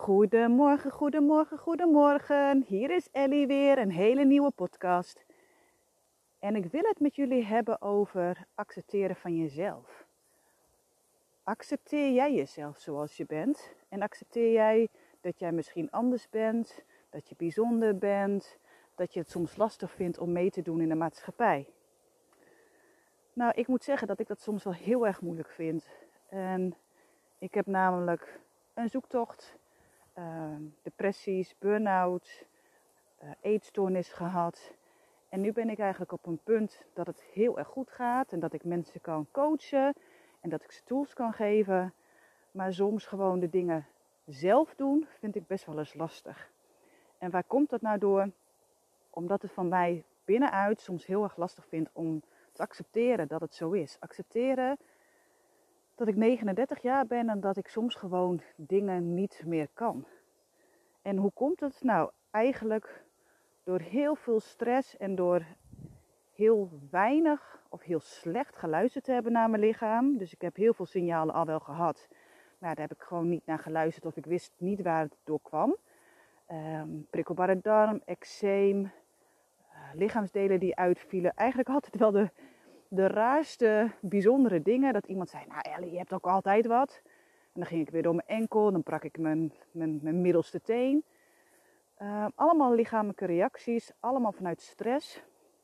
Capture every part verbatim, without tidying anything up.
Goedemorgen, goedemorgen, goedemorgen. Hier is Ellie weer, een hele nieuwe podcast. En ik wil het met jullie hebben over accepteren van jezelf. Accepteer jij jezelf zoals je bent? En accepteer jij dat jij misschien anders bent, dat je bijzonder bent, dat je het soms lastig vindt om mee te doen in de maatschappij? Nou, ik moet zeggen dat ik dat soms wel heel erg moeilijk vind. En ik heb namelijk een zoektocht. Uh, depressies, burn-out, uh, eetstoornis gehad. En nu ben ik eigenlijk op een punt dat het heel erg goed gaat. En dat ik mensen kan coachen. En dat ik ze tools kan geven. Maar soms gewoon de dingen zelf doen vind ik best wel eens lastig. En waar komt dat nou door? Omdat het van mij binnenuit soms heel erg lastig vindt om te accepteren dat het zo is. Accepteren dat ik negenendertig jaar ben en dat ik soms gewoon dingen niet meer kan. En hoe komt het? Nou, eigenlijk door heel veel stress en door heel weinig of heel slecht geluisterd te hebben naar mijn lichaam. Dus ik heb heel veel signalen al wel gehad. Maar daar heb ik gewoon niet naar geluisterd of ik wist niet waar het door kwam. Um, prikkelbare darm, eczeem, uh, lichaamsdelen die uitvielen. Eigenlijk altijd wel de... De raarste, bijzondere dingen. Dat iemand zei, nou Ellie, je hebt ook altijd wat. En dan ging ik weer door mijn enkel. Dan brak ik mijn, mijn, mijn middelste teen. Uh, allemaal lichamelijke reacties. Allemaal vanuit stress.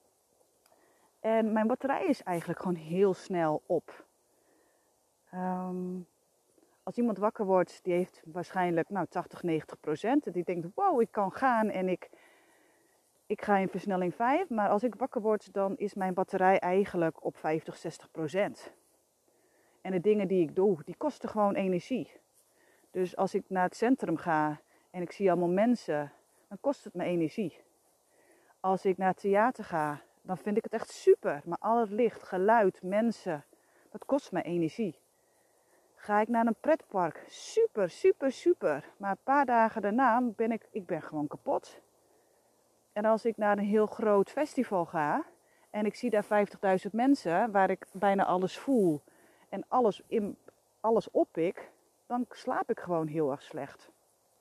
En mijn batterij is eigenlijk gewoon heel snel op. Um, als iemand wakker wordt, die heeft waarschijnlijk nou, tachtig, negentig procent. En die denkt, wow, ik kan gaan en ik... Ik ga in versnelling vijf, maar als ik wakker word, dan is mijn batterij eigenlijk op vijftig, zestig procent. En de dingen die ik doe, die kosten gewoon energie. Dus als ik naar het centrum ga en ik zie allemaal mensen, dan kost het me energie. Als ik naar het theater ga, dan vind ik het echt super. Maar al het licht, geluid, mensen, dat kost me energie. Ga ik naar een pretpark, super, super, super. Maar een paar dagen daarna ben ik, ik ben gewoon kapot. En als ik naar een heel groot festival ga en ik zie daar vijftigduizend mensen waar ik bijna alles voel en alles, in, alles oppik, dan slaap ik gewoon heel erg slecht.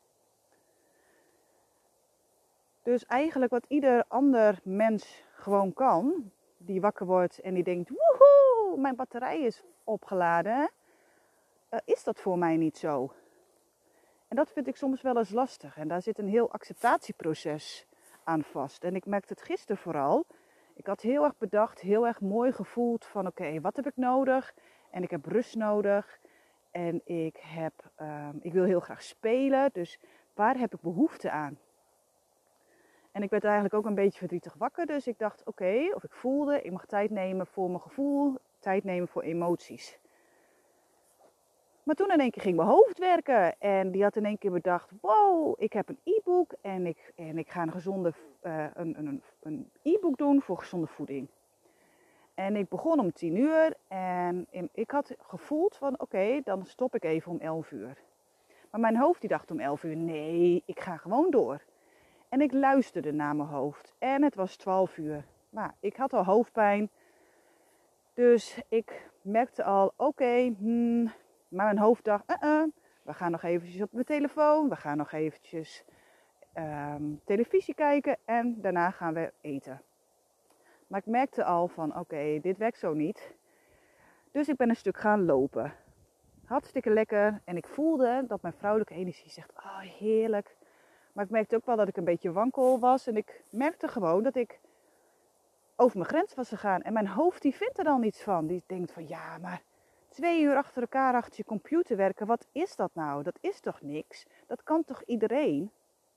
Dus eigenlijk wat ieder ander mens gewoon kan, die wakker wordt en die denkt, woehoe, mijn batterij is opgeladen, uh, is dat voor mij niet zo. En dat vind ik soms wel eens lastig en daar zit een heel acceptatieproces aan vast. En ik merkte het gisteren vooral. Ik had heel erg bedacht, heel erg mooi gevoeld van oké, okay, wat heb ik nodig? En ik heb rust nodig. En ik, heb, uh, ik wil heel graag spelen. Dus waar heb ik behoefte aan? En ik werd eigenlijk ook een beetje verdrietig wakker. Dus ik dacht oké, okay, of ik voelde, ik mag tijd nemen voor mijn gevoel. Tijd nemen voor emoties. Maar toen in één keer ging mijn hoofd werken en die had in één keer bedacht, wow, ik heb een e-book en ik, en ik ga een gezonde uh, een, een, een e-book doen voor gezonde voeding. En ik begon om tien uur en ik had gevoeld van oké, okay, dan stop ik even om elf uur. Maar mijn hoofd die dacht om elf uur, nee, ik ga gewoon door. En ik luisterde naar mijn hoofd en het was twaalf uur. Maar ik had al hoofdpijn, dus ik merkte al oké, okay, hmm, maar mijn hoofd dacht, uh-uh, we gaan nog eventjes op mijn telefoon. We gaan nog eventjes um, televisie kijken en daarna gaan we eten. Maar ik merkte al van, oké, okay, dit werkt zo niet. Dus ik ben een stuk gaan lopen. Hartstikke lekker. En ik voelde dat mijn vrouwelijke energie zegt, oh heerlijk. Maar ik merkte ook wel dat ik een beetje wankel was. En ik merkte gewoon dat ik over mijn grens was gegaan. En mijn hoofd die vindt er dan niets van. Die denkt van, ja, maar... Twee uur achter elkaar achter je computer werken, wat is dat nou? Dat is toch niks? Dat kan toch iedereen?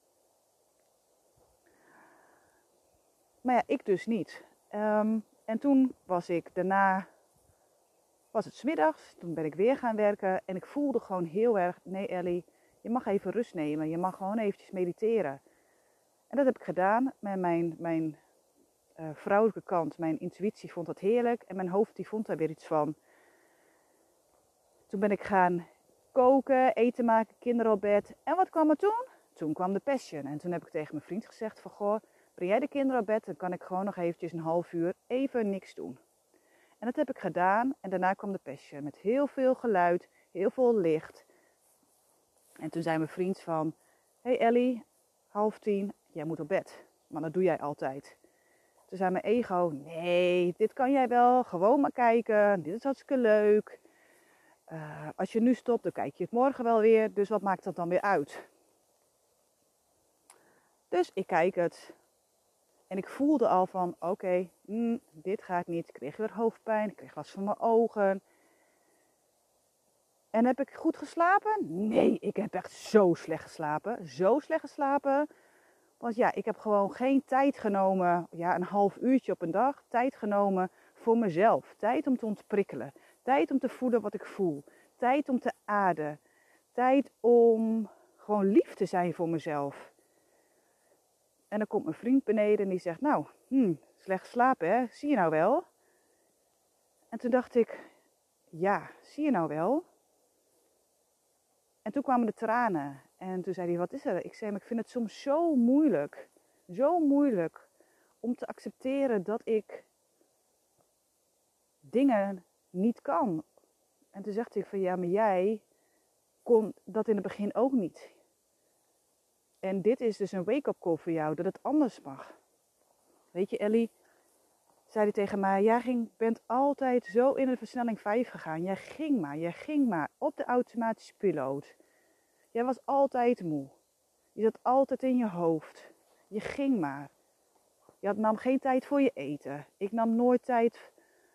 Maar ja, ik dus niet. Um, en toen was ik daarna, was het 's middags, toen ben ik weer gaan werken. En ik voelde gewoon heel erg, nee Ellie, je mag even rust nemen. Je mag gewoon eventjes mediteren. En dat heb ik gedaan. Met mijn, mijn uh, vrouwelijke kant, mijn intuïtie vond dat heerlijk. En mijn hoofd die vond daar weer iets van. Toen ben ik gaan koken, eten maken, kinderen op bed. En wat kwam er toen? Toen kwam de passion. En toen heb ik tegen mijn vriend gezegd van, goh, breng jij de kinderen op bed? Dan kan ik gewoon nog eventjes een half uur even niks doen. En dat heb ik gedaan. En daarna kwam de passion met heel veel geluid, heel veel licht. En toen zei mijn vriend van, hey Ellie, half tien, jij moet op bed. Maar dat doe jij altijd. Toen zei mijn ego, nee, dit kan jij wel, gewoon maar kijken, dit is hartstikke leuk. Uh, als je nu stopt, dan kijk je het morgen wel weer, dus wat maakt dat dan weer uit? Dus ik kijk het. En ik voelde al van, oké, okay, mm, dit gaat niet. Ik kreeg weer hoofdpijn, ik kreeg last van mijn ogen. En heb ik goed geslapen? Nee, ik heb echt zo slecht geslapen. Zo slecht geslapen. Want ja, ik heb gewoon geen tijd genomen, ja, een half uurtje op een dag, tijd genomen voor mezelf. Tijd om te ontprikkelen. Tijd om te voelen wat ik voel. Tijd om te aarden. Tijd om gewoon lief te zijn voor mezelf. En dan komt mijn vriend beneden en die zegt, nou, hmm, slecht slapen hè, zie je nou wel? En toen dacht ik, ja, zie je nou wel? En toen kwamen de tranen. En toen zei hij, wat is er? Ik zei, maar ik vind het soms zo moeilijk. Zo moeilijk om te accepteren dat ik dingen niet kan. En toen zegt hij van, ja, maar jij kon dat in het begin ook niet. En dit is dus een wake-up call voor jou, dat het anders mag. Weet je, Ellie, zei hij tegen mij, jij ging, bent altijd zo in de versnelling vijf gegaan. Jij ging maar, jij ging maar op de automatische piloot. Jij was altijd moe. Je zat altijd in je hoofd. Je ging maar. Je had, nam geen tijd voor je eten. Ik nam nooit tijd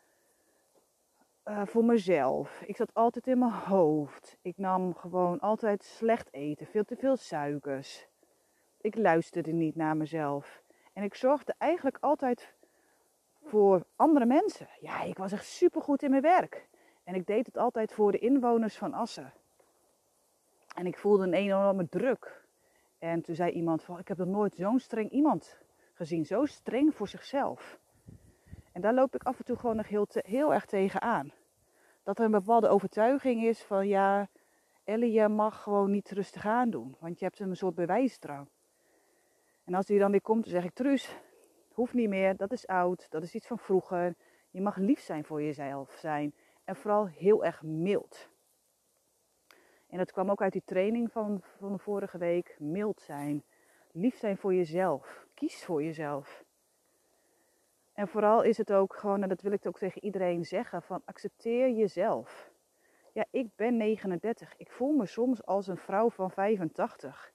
uh, voor mezelf. Ik zat altijd in mijn hoofd. Ik nam gewoon altijd slecht eten. Veel te veel suikers. Ik luisterde niet naar mezelf. En ik zorgde eigenlijk altijd voor andere mensen. Ja, ik was echt supergoed in mijn werk. En ik deed het altijd voor de inwoners van Assen. En ik voelde een enorme druk. En toen zei iemand van, ik heb nog nooit zo'n streng iemand gezien. Zo streng voor zichzelf. En daar loop ik af en toe gewoon nog heel, te, heel erg tegenaan. Dat er een bepaalde overtuiging is van, ja, Ellie, je mag gewoon niet rustig aan doen. Want je hebt een soort bewijsdrang. En als die dan weer komt, dan zeg ik, Truus, hoeft niet meer, dat is oud, dat is iets van vroeger. Je mag lief zijn voor jezelf zijn. En vooral heel erg mild. En dat kwam ook uit die training van, van de vorige week. Mild zijn. Lief zijn voor jezelf. Kies voor jezelf. En vooral is het ook gewoon, en dat wil ik ook tegen iedereen zeggen, van accepteer jezelf. Ja, ik ben negenendertig. Ik voel me soms als een vrouw van vijfentachtig.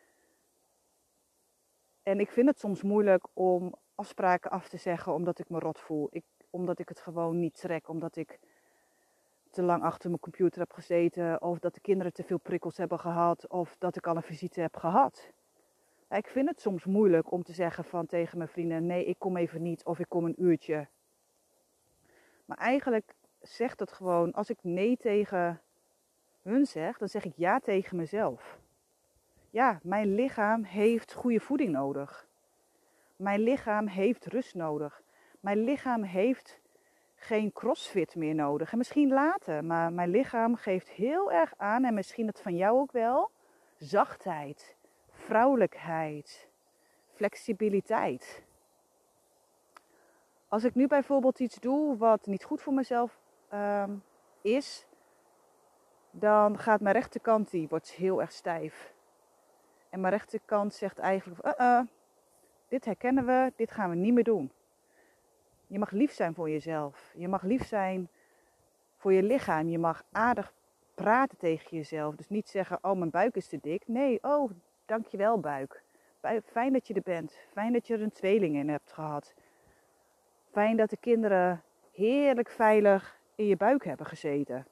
En ik vind het soms moeilijk om afspraken af te zeggen omdat ik me rot voel. Ik, omdat ik het gewoon niet trek. Omdat ik te lang achter mijn computer heb gezeten. Of dat de kinderen te veel prikkels hebben gehad. Of dat ik al een visite heb gehad. Ja, ik vind het soms moeilijk om te zeggen van tegen mijn vrienden, nee, ik kom even niet. Of ik kom een uurtje. Maar eigenlijk zegt het gewoon, als ik nee tegen hun zeg, dan zeg ik ja tegen mezelf. Ja, mijn lichaam heeft goede voeding nodig. Mijn lichaam heeft rust nodig. Mijn lichaam heeft geen crossfit meer nodig. En misschien later, maar mijn lichaam geeft heel erg aan, en misschien het van jou ook wel, zachtheid, vrouwelijkheid, flexibiliteit. Als ik nu bijvoorbeeld iets doe wat niet goed voor mezelf um, is, dan gaat mijn rechterkant, die wordt heel erg stijf. En mijn rechterkant zegt eigenlijk, uh -uh, dit herkennen we, dit gaan we niet meer doen. Je mag lief zijn voor jezelf. Je mag lief zijn voor je lichaam. Je mag aardig praten tegen jezelf. Dus niet zeggen, oh mijn buik is te dik. Nee, oh dankjewel buik. Fijn dat je er bent. Fijn dat je er een tweeling in hebt gehad. Fijn dat de kinderen heerlijk veilig in je buik hebben gezeten.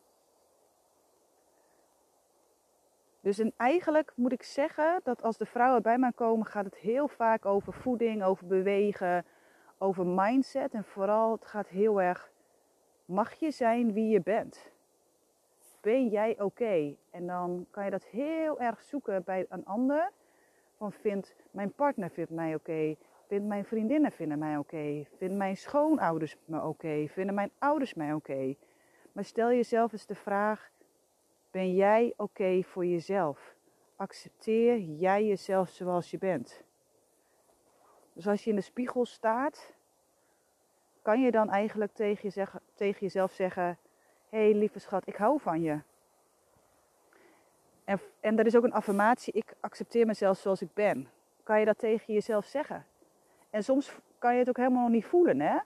Dus en eigenlijk moet ik zeggen dat als de vrouwen bij mij komen, gaat het heel vaak over voeding, over bewegen, over mindset. En vooral het gaat heel erg, mag je zijn wie je bent? Ben jij oké? Okay? En dan kan je dat heel erg zoeken bij een ander. Van vindt mijn partner vindt mij oké? Okay? Vindt mijn vriendinnen vinden mij oké? Okay? Vinden mijn schoonouders me oké? Okay? Vinden mijn ouders mij oké? Okay? Maar stel jezelf eens de vraag, ben jij oké okay voor jezelf? Accepteer jij jezelf zoals je bent? Dus als je in de spiegel staat, kan je dan eigenlijk tegen, je zeg, tegen jezelf zeggen, hé hey, lieve schat, ik hou van je. En, en er is ook een affirmatie, ik accepteer mezelf zoals ik ben. Kan je dat tegen jezelf zeggen? En soms kan je het ook helemaal nog niet voelen, hè?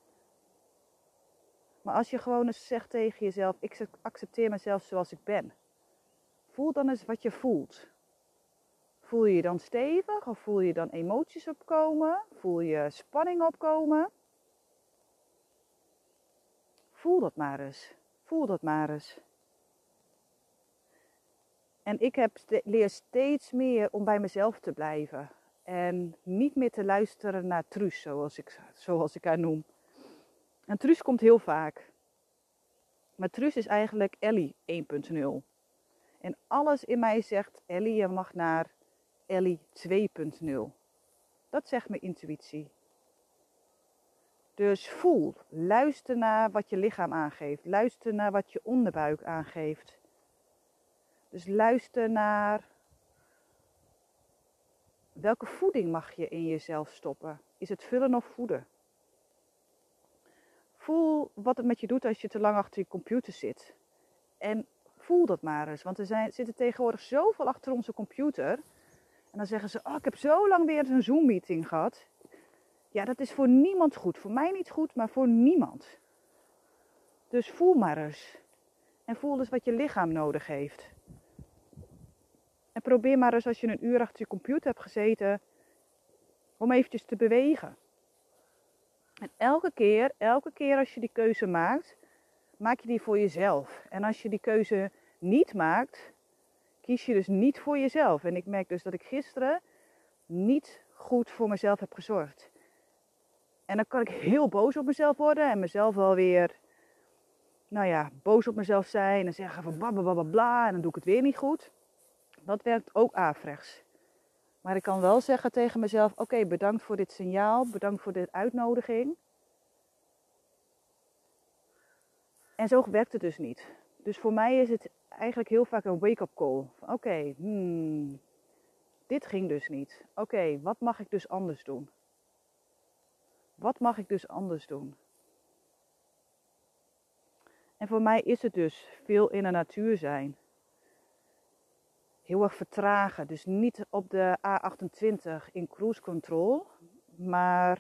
Maar als je gewoon eens zegt tegen jezelf, ik accepteer mezelf zoals ik ben. Voel dan eens wat je voelt. Voel je je dan stevig of voel je dan emoties opkomen? Voel je spanning opkomen? Voel dat maar eens. Voel dat maar eens. En ik heb leer steeds meer om bij mezelf te blijven. En niet meer te luisteren naar Truus, zoals ik, zoals ik haar noem. En Truus komt heel vaak. Maar Truus is eigenlijk Ellie één punt nul. En alles in mij zegt, Ellie, je mag naar Ellie twee punt nul. Dat zegt mijn intuïtie. Dus voel, luister naar wat je lichaam aangeeft. Luister naar wat je onderbuik aangeeft. Dus luister naar welke voeding mag je in jezelf stoppen. Is het vullen of voeden? Voel wat het met je doet als je te lang achter je computer zit. En voel dat maar eens. Want er zijn, zitten tegenwoordig zoveel achter onze computer. En dan zeggen ze, oh, ik heb zo lang weer een Zoom meeting gehad. Ja, dat is voor niemand goed. Voor mij niet goed, maar voor niemand. Dus voel maar eens. En voel dus wat je lichaam nodig heeft. En probeer maar eens als je een uur achter je computer hebt gezeten, om eventjes te bewegen. En elke keer, elke keer als je die keuze maakt, maak je die voor jezelf. En als je die keuze niet maakt, kies je dus niet voor jezelf. En ik merk dus dat ik gisteren niet goed voor mezelf heb gezorgd. En dan kan ik heel boos op mezelf worden en mezelf wel weer, nou ja, boos op mezelf zijn en zeggen van blablabla en dan doe ik het weer niet goed. Dat werkt ook averechts. Maar ik kan wel zeggen tegen mezelf, oké, okay, bedankt voor dit signaal, bedankt voor dit uitnodiging. En zo werkt het dus niet. Dus voor mij is het eigenlijk heel vaak een wake-up call. Oké, okay, hmm, dit ging dus niet. Oké, okay, wat mag ik dus anders doen? Wat mag ik dus anders doen? En voor mij is het dus veel in de natuur zijn. Heel erg vertragen. Dus niet op de A achtentwintig in cruise control. Maar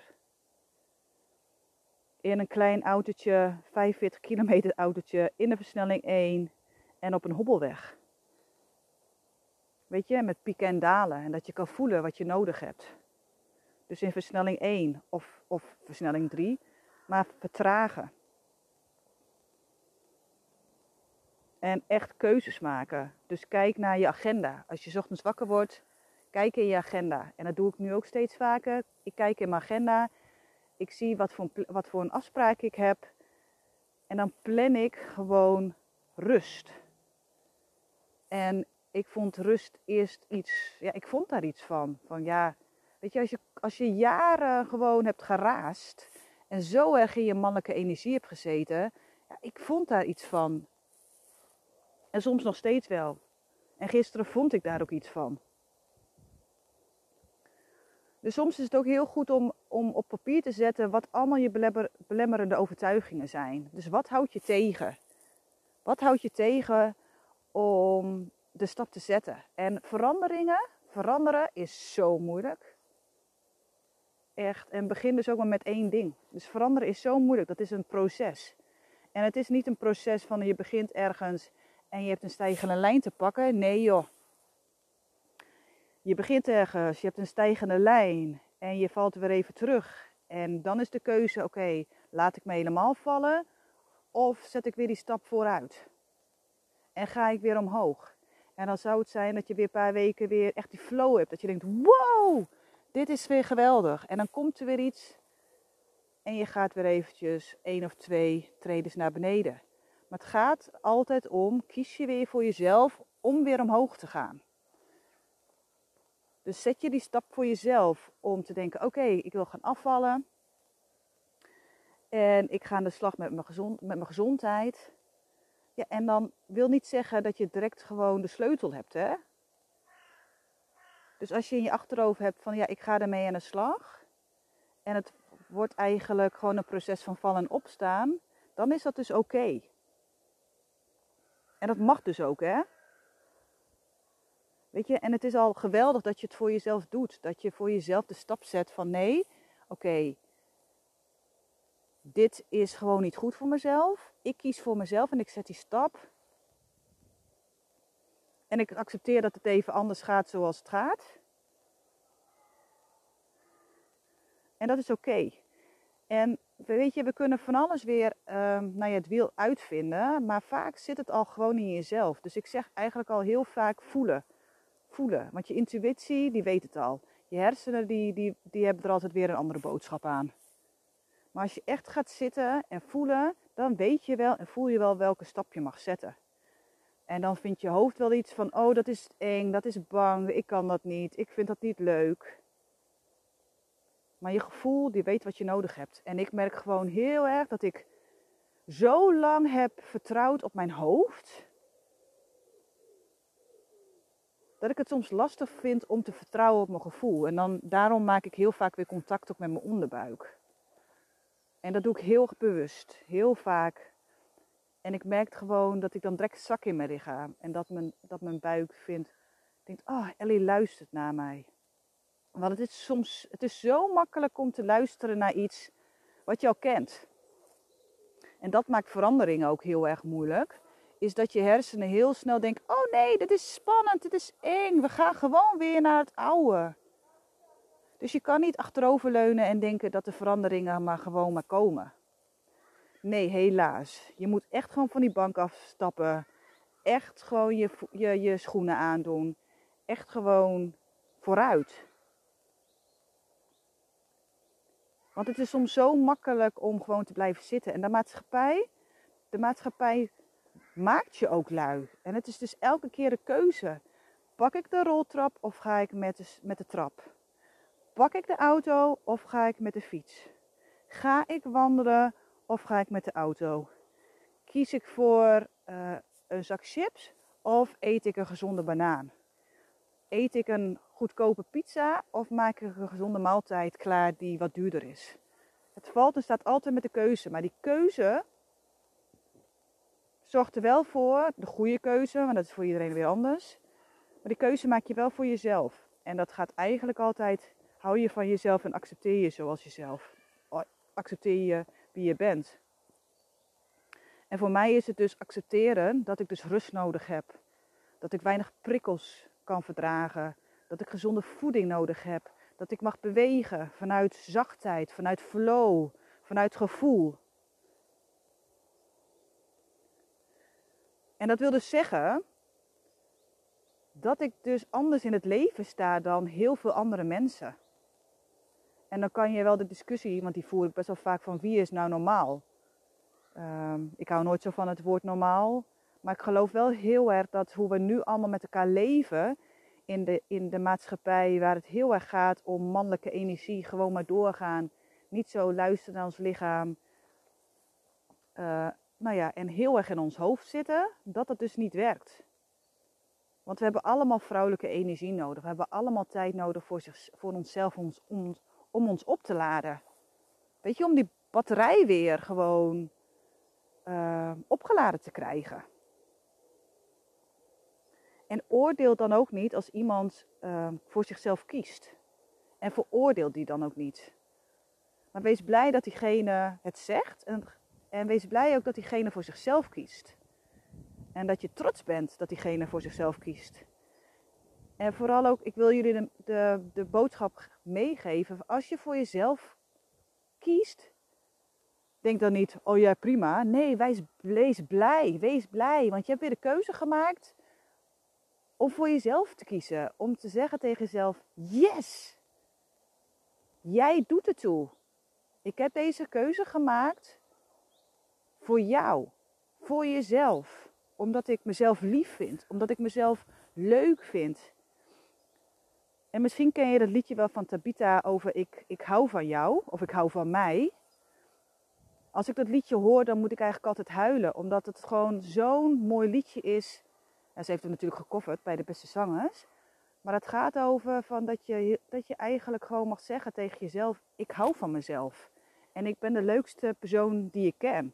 in een klein autootje, vijfenveertig kilometer autootje, in de versnelling één en op een hobbelweg. Weet je, met pieken en dalen. En dat je kan voelen wat je nodig hebt. Dus in versnelling één of, of versnelling drie. Maar vertragen. En echt keuzes maken. Dus kijk naar je agenda. Als je 's ochtends wakker wordt, kijk in je agenda. En dat doe ik nu ook steeds vaker. Ik kijk in mijn agenda. Ik zie wat voor, wat voor een afspraak ik heb. En dan plan ik gewoon rust. En ik vond rust eerst iets... Ja, ik vond daar iets van. Van ja, weet je, als je, als je jaren gewoon hebt geraast... en zo erg in je mannelijke energie hebt gezeten... Ja, ik vond daar iets van... En soms nog steeds wel. En gisteren vond ik daar ook iets van. Dus soms is het ook heel goed om, om op papier te zetten wat allemaal je belemmer, belemmerende overtuigingen zijn. Dus wat houdt je tegen? Wat houdt je tegen om de stap te zetten? En veranderingen, veranderen is zo moeilijk. Echt. En begin dus ook maar met één ding. Dus veranderen is zo moeilijk. Dat is een proces. En het is niet een proces van je begint ergens... en je hebt een stijgende lijn te pakken. Nee joh. Je begint ergens, je hebt een stijgende lijn en je valt weer even terug. En dan is de keuze, oké, okay, laat ik me helemaal vallen of zet ik weer die stap vooruit? En ga ik weer omhoog? En dan zou het zijn dat je weer een paar weken weer echt die flow hebt. Dat je denkt, wow, dit is weer geweldig. En dan komt er weer iets en je gaat weer eventjes één of twee tredes naar beneden. Maar het gaat altijd om, kies je weer voor jezelf om weer omhoog te gaan. Dus zet je die stap voor jezelf om te denken, oké, okay, ik wil gaan afvallen. En ik ga aan de slag met mijn, gezond, met mijn gezondheid. Ja, en dan wil niet zeggen dat je direct gewoon de sleutel hebt, hè. Dus als je in je achterhoofd hebt van, ja, ik ga ermee aan de slag. En het wordt eigenlijk gewoon een proces van vallen en opstaan. Dan is dat dus oké. Okay. En dat mag dus ook, hè. Weet je, en het is al geweldig dat je het voor jezelf doet. Dat je voor jezelf de stap zet van nee, oké, okay, dit is gewoon niet goed voor mezelf. Ik kies voor mezelf en ik zet die stap. En ik accepteer dat het even anders gaat zoals het gaat. En dat is oké. Okay. En weet je, we kunnen van alles weer um, nou ja, het wiel uitvinden. Maar vaak zit het al gewoon in jezelf. Dus ik zeg eigenlijk al heel vaak voelen. Voelen. Want je intuïtie, die weet het al. Je hersenen, die, die, die hebben er altijd weer een andere boodschap aan. Maar als je echt gaat zitten en voelen, dan weet je wel en voel je wel welke stap je mag zetten. En dan vindt je hoofd wel iets van, oh dat is eng, dat is bang, ik kan dat niet, ik vind dat niet leuk. Maar je gevoel, die weet wat je nodig hebt. En ik merk gewoon heel erg dat ik zo lang heb vertrouwd op mijn hoofd, dat ik het soms lastig vind om te vertrouwen op mijn gevoel. En dan, daarom maak ik heel vaak weer contact ook met mijn onderbuik. En dat doe ik heel bewust, heel vaak. En ik merk gewoon dat ik dan direct zak in mijn lichaam. En dat mijn, dat mijn buik vindt, denkt, oh Ellie luistert naar mij. Want het is soms, het is zo makkelijk om te luisteren naar iets wat je al kent. En dat maakt verandering ook heel erg moeilijk. Is dat je hersenen heel snel denken, oh nee, dit is spannend, dit is eng. We gaan gewoon weer naar het oude. Dus je kan niet achteroverleunen en denken dat de veranderingen maar gewoon maar komen. Nee, helaas. Je moet echt gewoon van die bank afstappen. Echt gewoon je, je, je schoenen aandoen. Echt gewoon vooruit. Want het is soms zo makkelijk om gewoon te blijven zitten. En de maatschappij, de maatschappij maakt je ook lui. En het is dus elke keer de keuze. Pak ik de roltrap of ga ik met de, met de trap? Pak ik de auto of ga ik met de fiets? Ga ik wandelen of ga ik met de auto? Kies ik voor uh, een zak chips of eet ik een gezonde banaan? Eet ik een goedkope pizza of maak ik een gezonde maaltijd klaar die wat duurder is? Het valt en staat altijd met de keuze. Maar die keuze zorgt er wel voor, de goede keuze, want dat is voor iedereen weer anders. Maar die keuze maak je wel voor jezelf. En dat gaat eigenlijk altijd, hou je van jezelf en accepteer je zoals jezelf. Accepteer je wie je bent. En voor mij is het dus accepteren dat ik dus rust nodig heb. Dat ik weinig prikkels kan verdragen. Dat ik gezonde voeding nodig heb. Dat ik mag bewegen vanuit zachtheid, vanuit flow, vanuit gevoel. En dat wil dus zeggen dat ik dus anders in het leven sta dan heel veel andere mensen. En dan kan je wel de discussie, want die voer ik best wel vaak van wie is nou normaal? Um, ik hou nooit zo van het woord normaal. Maar ik geloof wel heel erg dat hoe we nu allemaal met elkaar leven in de, in de maatschappij, waar het heel erg gaat om mannelijke energie, gewoon maar doorgaan. Niet zo luisteren naar ons lichaam. Uh, nou ja, en heel erg in ons hoofd zitten, dat het dus niet werkt. Want we hebben allemaal vrouwelijke energie nodig. We hebben allemaal tijd nodig voor, zich, voor onszelf om, om, om ons op te laden. Weet je, om die batterij weer gewoon uh, opgeladen te krijgen. En oordeel dan ook niet als iemand uh, voor zichzelf kiest. En veroordeel die dan ook niet. Maar wees blij dat diegene het zegt. En, en wees blij ook dat diegene voor zichzelf kiest. En dat je trots bent dat diegene voor zichzelf kiest. En vooral ook, ik wil jullie de, de, de boodschap meegeven. Als je voor jezelf kiest, denk dan niet, oh ja prima. Nee, wees, wees blij, wees blij. Want je hebt weer de keuze gemaakt om voor jezelf te kiezen. Om te zeggen tegen jezelf, yes, jij doet het toe. Ik heb deze keuze gemaakt voor jou, voor jezelf. Omdat ik mezelf lief vind, omdat ik mezelf leuk vind. En misschien ken je dat liedje wel van Tabita over ik, ik hou van jou, of ik hou van mij. Als ik dat liedje hoor, dan moet ik eigenlijk altijd huilen. Omdat het gewoon zo'n mooi liedje is. En ze heeft het natuurlijk gecoverd bij de beste zangers. Maar het gaat over van dat, je, dat je eigenlijk gewoon mag zeggen tegen jezelf, ik hou van mezelf. En ik ben de leukste persoon die ik ken.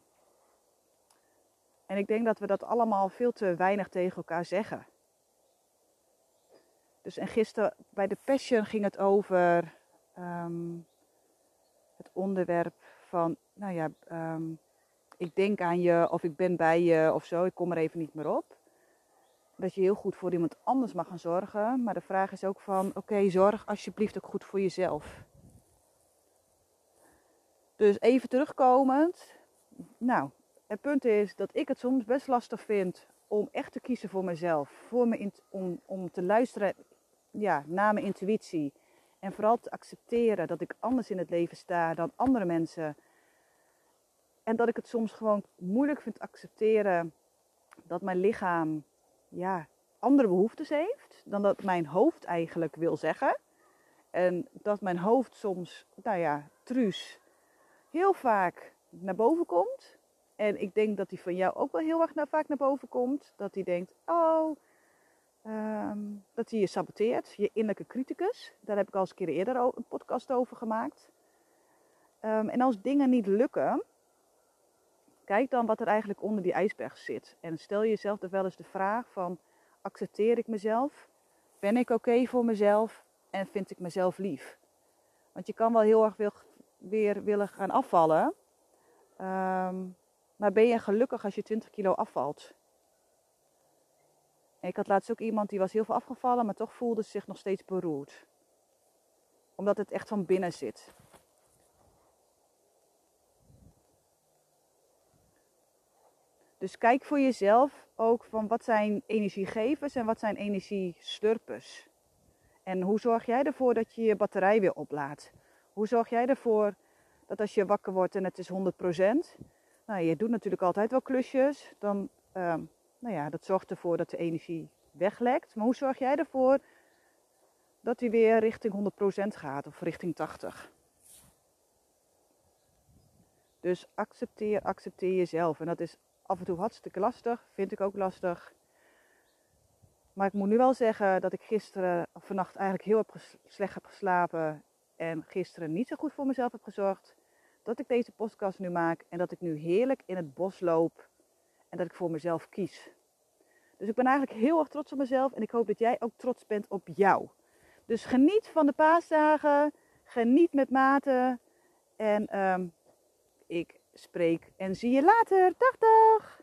En ik denk dat we dat allemaal veel te weinig tegen elkaar zeggen. Dus en gisteren bij de Passion ging het over um, het onderwerp van, nou ja, um, ik denk aan je of ik ben bij je of zo, ik kom er even niet meer op. Dat je heel goed voor iemand anders mag gaan zorgen. Maar de vraag is ook van, oké, okay, zorg alsjeblieft ook goed voor jezelf. Dus even terugkomend. Nou, het punt is dat ik het soms best lastig vind om echt te kiezen voor mezelf. Voor me om, om te luisteren ja, naar mijn intuïtie. En vooral te accepteren dat ik anders in het leven sta dan andere mensen. En dat ik het soms gewoon moeilijk vind te accepteren dat mijn lichaam ja, andere behoeftes heeft dan dat mijn hoofd eigenlijk wil zeggen. En dat mijn hoofd soms, nou ja, truus, heel vaak naar boven komt. En ik denk dat die van jou ook wel heel erg naar, vaak naar boven komt. Dat die denkt, oh, um, dat hij je saboteert, je innerlijke criticus. Daar heb ik al eens een keer eerder een podcast over gemaakt. Um, en als dingen niet lukken, kijk dan wat er eigenlijk onder die ijsberg zit. En stel jezelf er wel eens de vraag van, accepteer ik mezelf? Ben ik oké okay voor mezelf? En vind ik mezelf lief? Want je kan wel heel erg wil, weer willen gaan afvallen. Um, maar ben je gelukkig als je twintig kilo afvalt? En ik had laatst ook iemand die was heel veel afgevallen, maar toch voelde ze zich nog steeds beroerd. Omdat het echt van binnen zit. Dus kijk voor jezelf ook van wat zijn energiegevers en wat zijn energieslurpers. En hoe zorg jij ervoor dat je je batterij weer oplaadt? Hoe zorg jij ervoor dat als je wakker wordt en het is honderd procent... Nou, je doet natuurlijk altijd wel klusjes. Dan, uh, nou ja, dat zorgt ervoor dat de energie weglekt. Maar hoe zorg jij ervoor dat die weer richting honderd procent gaat of richting tachtig procent? Dus accepteer, accepteer jezelf. En dat is af en toe hartstikke lastig. Vind ik ook lastig. Maar ik moet nu wel zeggen dat ik gisteren of vannacht eigenlijk heel ges- slecht heb geslapen. En gisteren niet zo goed voor mezelf heb gezorgd. Dat ik deze podcast nu maak. En dat ik nu heerlijk in het bos loop. En dat ik voor mezelf kies. Dus ik ben eigenlijk heel erg trots op mezelf. En ik hoop dat jij ook trots bent op jou. Dus geniet van de paasdagen. Geniet met mate. En um, ik spreek en zie je later. Dag dag!